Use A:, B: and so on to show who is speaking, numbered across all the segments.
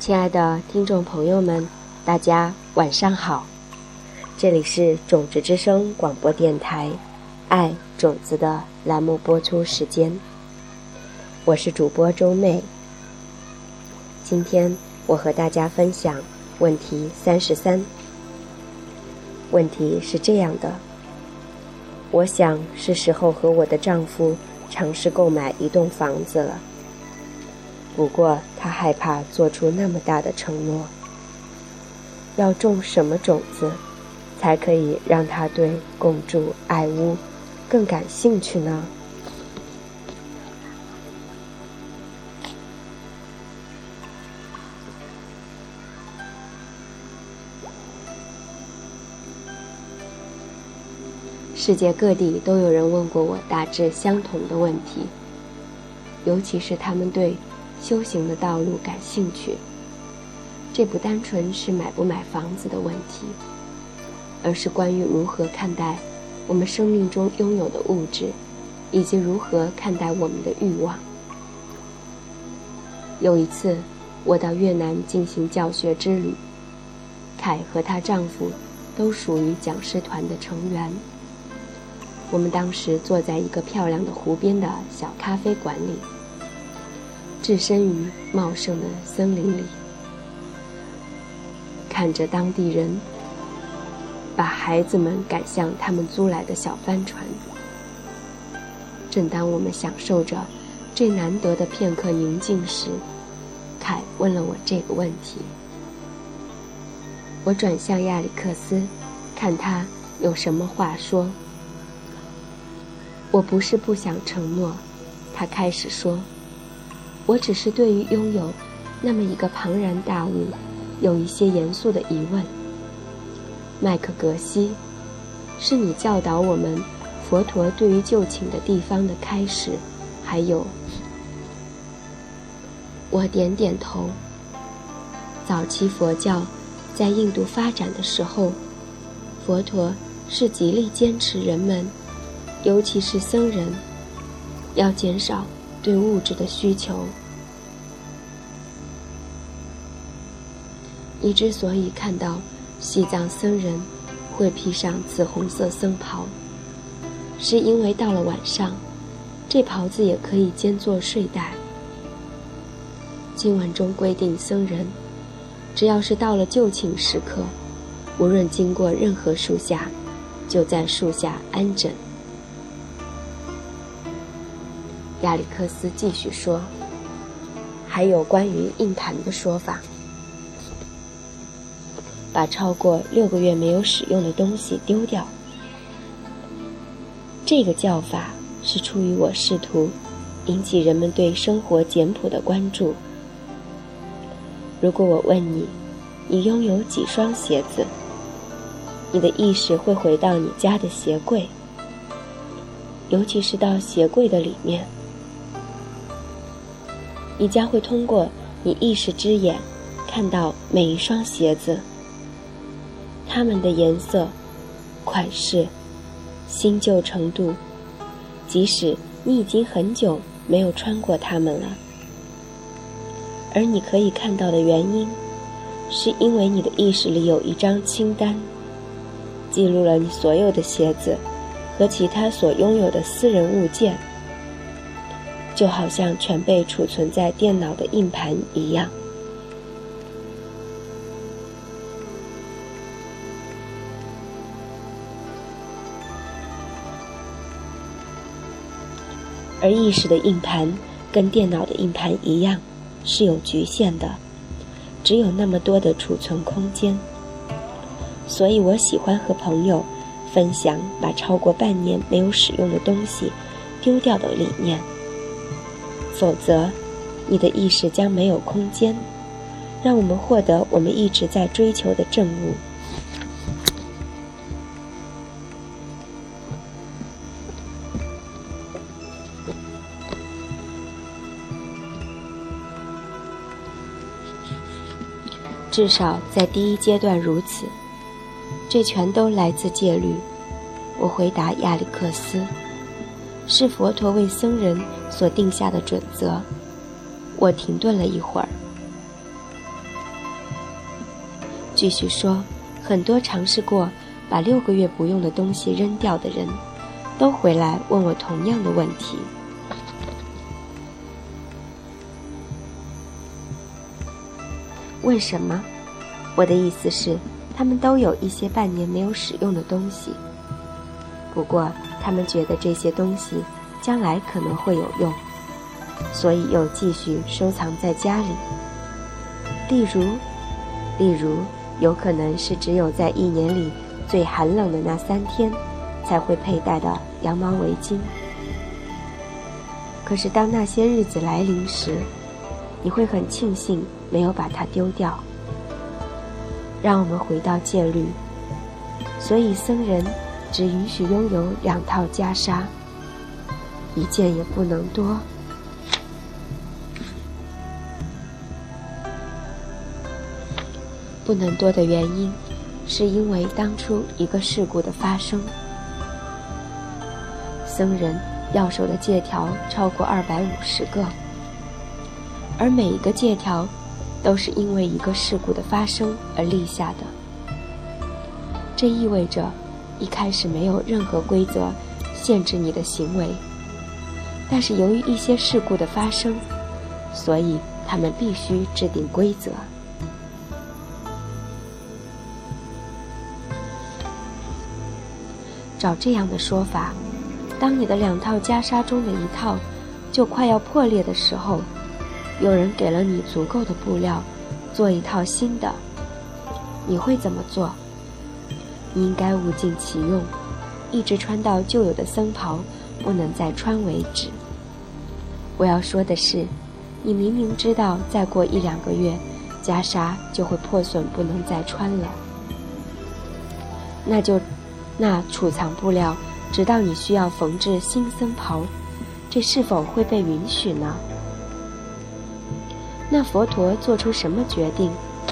A: 亲爱的听众朋友们，大家晚上好，这里是种子之声广播电台爱种子的栏目播出时间，我是主播周妹。今天我和大家分享问题33。问题是这样的，我想是时候和我的丈夫尝试购买一栋房子了，不过他害怕做出那么大的承诺。要种什么种子才可以让他对共筑爱屋更感兴趣呢？世界各地都有人问过我大致相同的问题，尤其是他们对修行的道路感兴趣。这不单纯是买不买房子的问题，而是关于如何看待我们生命中拥有的物质，以及如何看待我们的欲望。有一次我到越南进行教学之旅，凯和她丈夫都属于讲师团的成员。我们当时坐在一个漂亮的湖边的小咖啡馆里，置身于茂盛的森林里，看着当地人把孩子们赶向他们租来的小帆船。正当我们享受着这难得的片刻宁静时，凯问了我这个问题。我转向亚里克斯，看他有什么话说。我不是不想承诺，他开始说，我只是对于拥有那么一个庞然大物有一些严肃的疑问。麦克格西，是你教导我们佛陀对于就寝的地方的开始，还有……我点点头。早期佛教在印度发展的时候，佛陀是极力坚持人们，尤其是僧人，要减少对物质的需求。你之所以看到西藏僧人会披上紫红色僧袍，是因为到了晚上，这袍子也可以兼作睡袋。经文中规定，僧人只要是到了就寝时刻，无论经过任何树下，就在树下安枕。亚里克斯继续说，还有关于硬盘的说法，把超过6个月没有使用的东西丢掉。这个叫法是出于我试图引起人们对生活简朴的关注。如果我问你，你拥有几双鞋子，你的意识会回到你家的鞋柜，尤其是到鞋柜的里面。你将会通过你意识之眼看到每一双鞋子，它们的颜色、款式、新旧程度，即使你已经很久没有穿过它们了。而你可以看到的原因，是因为你的意识里有一张清单，记录了你所有的鞋子和其他所拥有的私人物件，就好像全被储存在电脑的硬盘一样。而意识的硬盘跟电脑的硬盘一样，是有局限的，只有那么多的储存空间。所以我喜欢和朋友分享把超过半年没有使用的东西丢掉的理念。否则，你的意识将没有空间，让我们获得我们一直在追求的证物。至少在第一阶段如此，这全都来自戒律。我回答亚里克斯，是佛陀为僧人所定下的准则。我停顿了一会儿。 继续说，很多尝试过把6个月不用的东西扔掉的人，都回来问我同样的问题。问什么？我的意思是，他们都有一些半年没有使用的东西，不过他们觉得这些东西将来可能会有用，所以又继续收藏在家里。例如有可能是只有在1年里最寒冷的那3天才会佩戴的羊毛围巾。可是当那些日子来临时，你会很庆幸没有把它丢掉。让我们回到戒律，所以僧人只允许拥有2套袈裟，1件也不能多。不能多的原因，是因为当初一个事故的发生。僧人要守的戒条超过250个，而每一个戒条都是因为一个事故的发生而立下的。这意味着一开始没有任何规则限制你的行为，但是由于一些事故的发生，所以他们必须制定规则。照这样的说法，当你的2套袈裟中的1套就快要破裂的时候，有人给了你足够的布料做1套新的，你会怎么做？你应该物尽其用，一直穿到旧有的僧袍不能再穿为止。我要说的是，你明明知道再过1-2个月袈裟就会破损不能再穿了，那储藏布料直到你需要缝制新僧袍，这是否会被允许呢？那佛陀做出什么决定？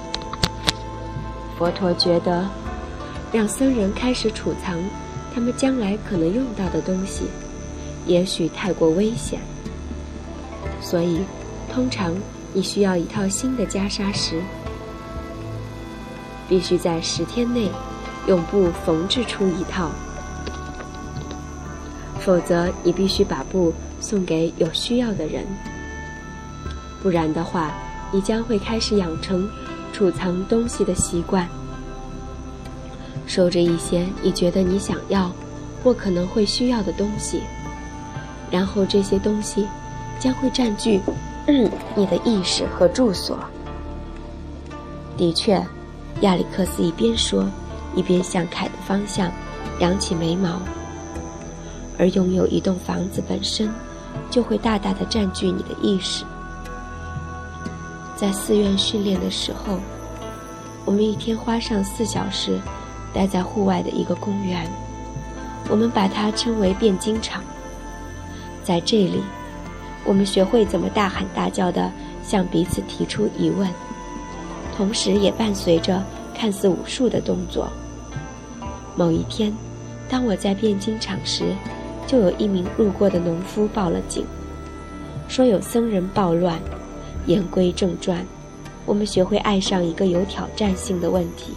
A: 佛陀觉得让僧人开始储藏他们将来可能用到的东西，也许太过危险，所以通常你需要1套新的袈裟时，必须在10天内用布缝制出1套，否则你必须把布送给有需要的人，不然的话，你将会开始养成储藏东西的习惯，收着一些你觉得你想要或可能会需要的东西，然后这些东西将会占据你的意识和住所。的确，亚历克斯一边说，一边向凯的方向扬起眉毛。而拥有一栋房子本身就会大大的占据你的意识。在寺院训练的时候，我们一天花上4小时待在户外的一个公园，我们把它称为辩经场。在这里，我们学会怎么大喊大叫地向彼此提出疑问，同时也伴随着看似武术的动作。某一天，当我在辩经场时，就有一名路过的农夫报了警，说有僧人暴乱。言归正传，我们学会爱上一个有挑战性的问题。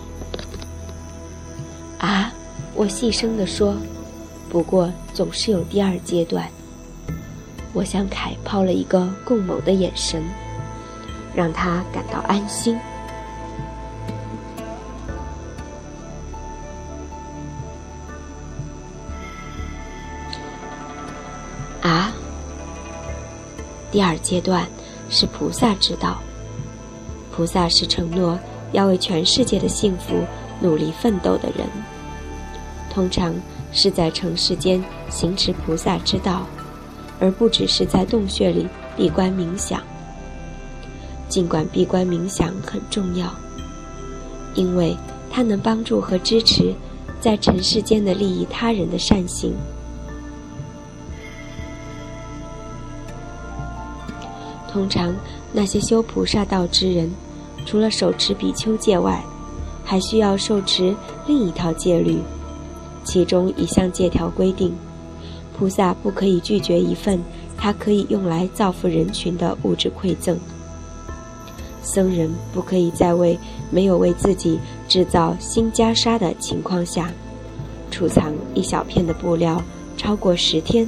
A: 啊，我细声地说，不过总是有第2阶段。我向凯抛了一个共谋的眼神，让他感到安心。啊，第2阶段是菩萨之道。菩萨是承诺要为全世界的幸福努力奋斗的人，通常是在尘世间行持菩萨之道，而不只是在洞穴里闭关冥想。尽管闭关冥想很重要，因为它能帮助和支持在尘世间的利益他人的善行。通常那些修菩萨道之人，除了手持比丘戒外，还需要受持另一套戒律，其中一项戒条规定，菩萨不可以拒绝一份他可以用来造福人群的物质馈赠。僧人不可以在没有为自己制造新袈裟的情况下，储藏一小片的布料超过10天。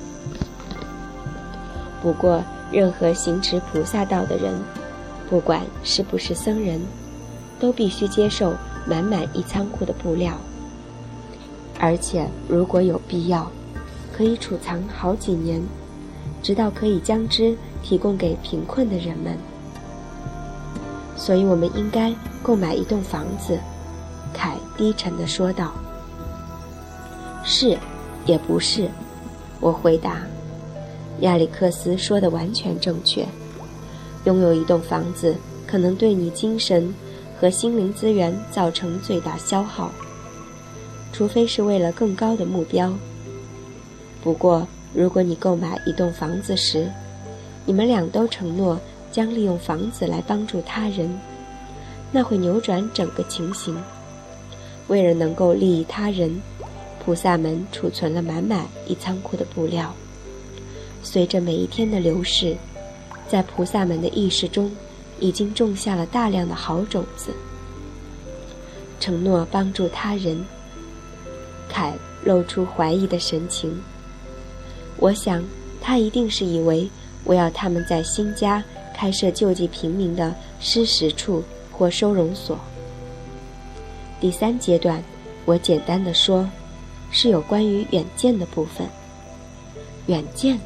A: 不过，任何行持菩萨道的人，不管是不是僧人，都必须接受满满一仓库的布料，而且如果有必要，可以储藏好几年，直到可以将之提供给贫困的人们。所以我们应该购买一栋房子，凯低沉地说道。是，也不是，我回答。亚历克斯说的完全正确，拥有一栋房子可能对你精神和心灵资源造成最大消耗，除非是为了更高的目标。不过，如果你购买一栋房子时，你们俩都承诺将利用房子来帮助他人，那会扭转整个情形。为了能够利益他人，菩萨们储存了满满一仓库的布料。随着每一天的流逝，在菩萨们的意识中已经种下了大量的好种子。承诺帮助他人，凯露出怀疑的神情。我想他一定是以为我要他们在新家开设救济平民的施食处或收容所。第3阶段，我简单地说，是有关于远见的部分。远见，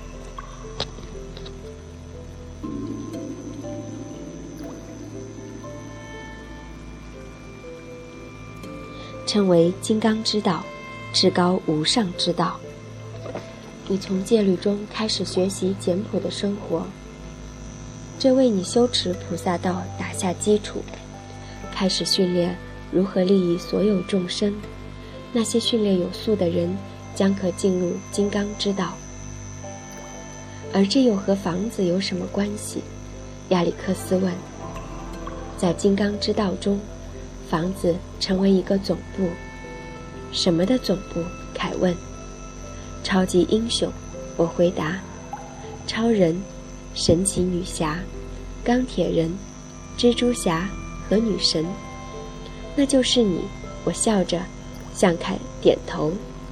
A: 称为金刚之道，至高无上之道。你从戒律中开始学习简朴的生活，这为你修持菩萨道打下基础，开始训练如何利益所有众生。那些训练有素的人将可进入金刚之道。而这又和房子有什么关系？亚历克斯问。在金刚之道中，房子成为一个总部。什么的总部？凯问。超级英雄，我回答。超人、神奇女侠、钢铁人、蜘蛛侠和女神。那就是你，我笑着向凯点头。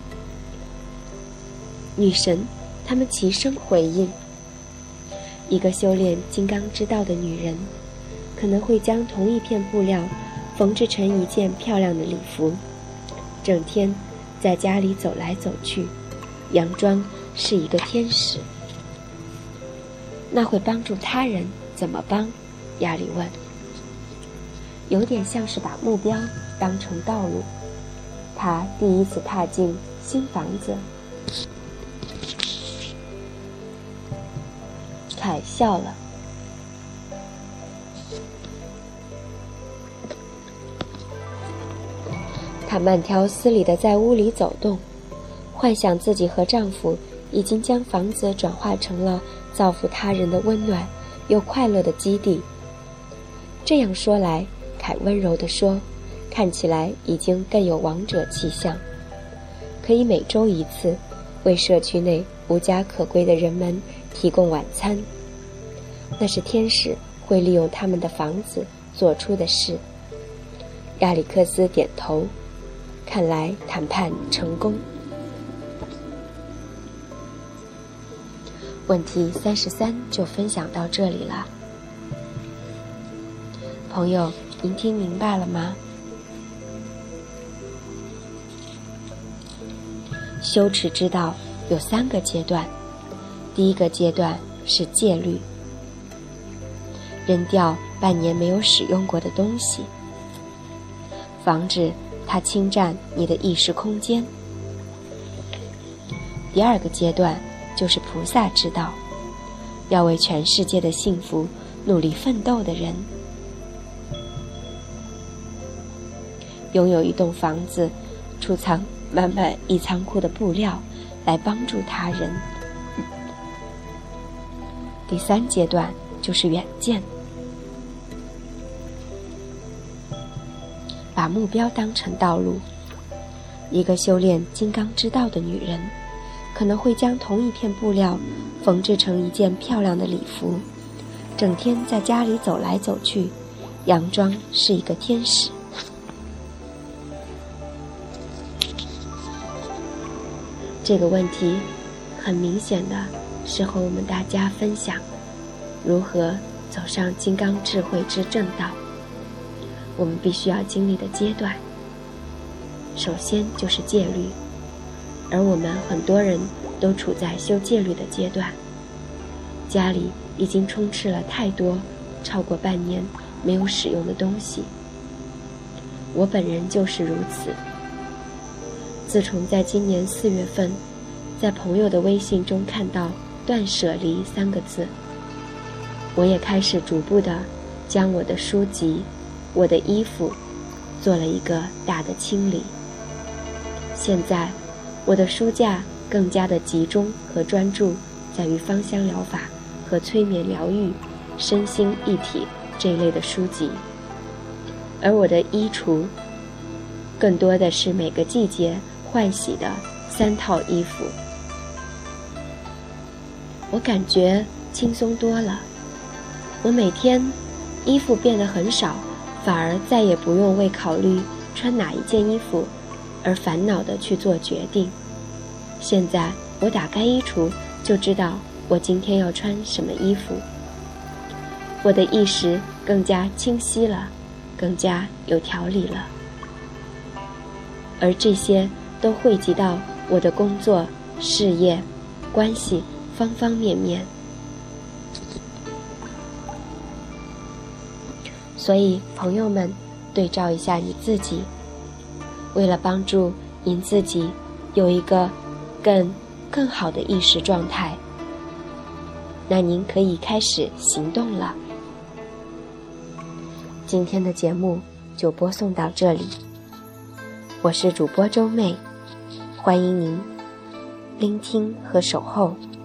A: 女神，他们齐声回应。一个修炼金刚之道的女人，可能会将同一片布料缝制成一件漂亮的礼服，整天在家里走来走去，佯装是一个天使。那会帮助他人，怎么帮？亚里问。有点像是把目标当成道路。他第一次踏进新房子。凯笑了。她慢条斯理地在屋里走动，幻想自己和丈夫已经将房子转化成了造福他人的温暖又快乐的基地。这样说来，凯温柔地说，看起来已经更有王者气象。可以每周1次为社区内无家可归的人们提供晚餐，那是天使会利用他们的房子做出的事。亚历克斯点头，看来谈判成功。问题33就分享到这里了。朋友，您听明白了吗？修持之道有3个阶段。第一个阶段是戒律，扔掉半年没有使用过的东西，防止它侵占你的意识空间。第二个阶段就是菩萨之道，要为全世界的幸福努力奋斗的人。拥有一栋房子，储藏满满一仓库的布料，来帮助他人。第3阶段就是远见，把目标当成道路。一个修炼金刚之道的女人，可能会将同一片布料缝制成一件漂亮的礼服，整天在家里走来走去，佯装是一个天使。 这个问题很明显的是和我们大家分享如何走上金刚智慧之正道。我们必须要经历的阶段，首先就是戒律，而我们很多人都处在修戒律的阶段，家里已经充斥了太多超过半年没有使用的东西。我本人就是如此。自从在今年4月份在朋友的微信中看到断舍离3个字，我也开始逐步地将我的书籍、我的衣服做了一个大的清理。现在我的书架更加的集中和专注在于芳香疗法和催眠疗愈、身心一体这一类的书籍，而我的衣橱更多的是每个季节换洗的3套衣服。我感觉轻松多了，我每天衣服变得很少，反而再也不用为考虑穿哪一件衣服而烦恼地去做决定。现在我打开衣橱就知道我今天要穿什么衣服，我的意识更加清晰了，更加有条理了，而这些都汇集到我的工作、事业、关系方方面面。所以朋友们，对照一下你自己，为了帮助您自己有一个更好的意识状态，那您可以开始行动了。今天的节目就播送到这里，我是主播周妹，欢迎您聆听和守候。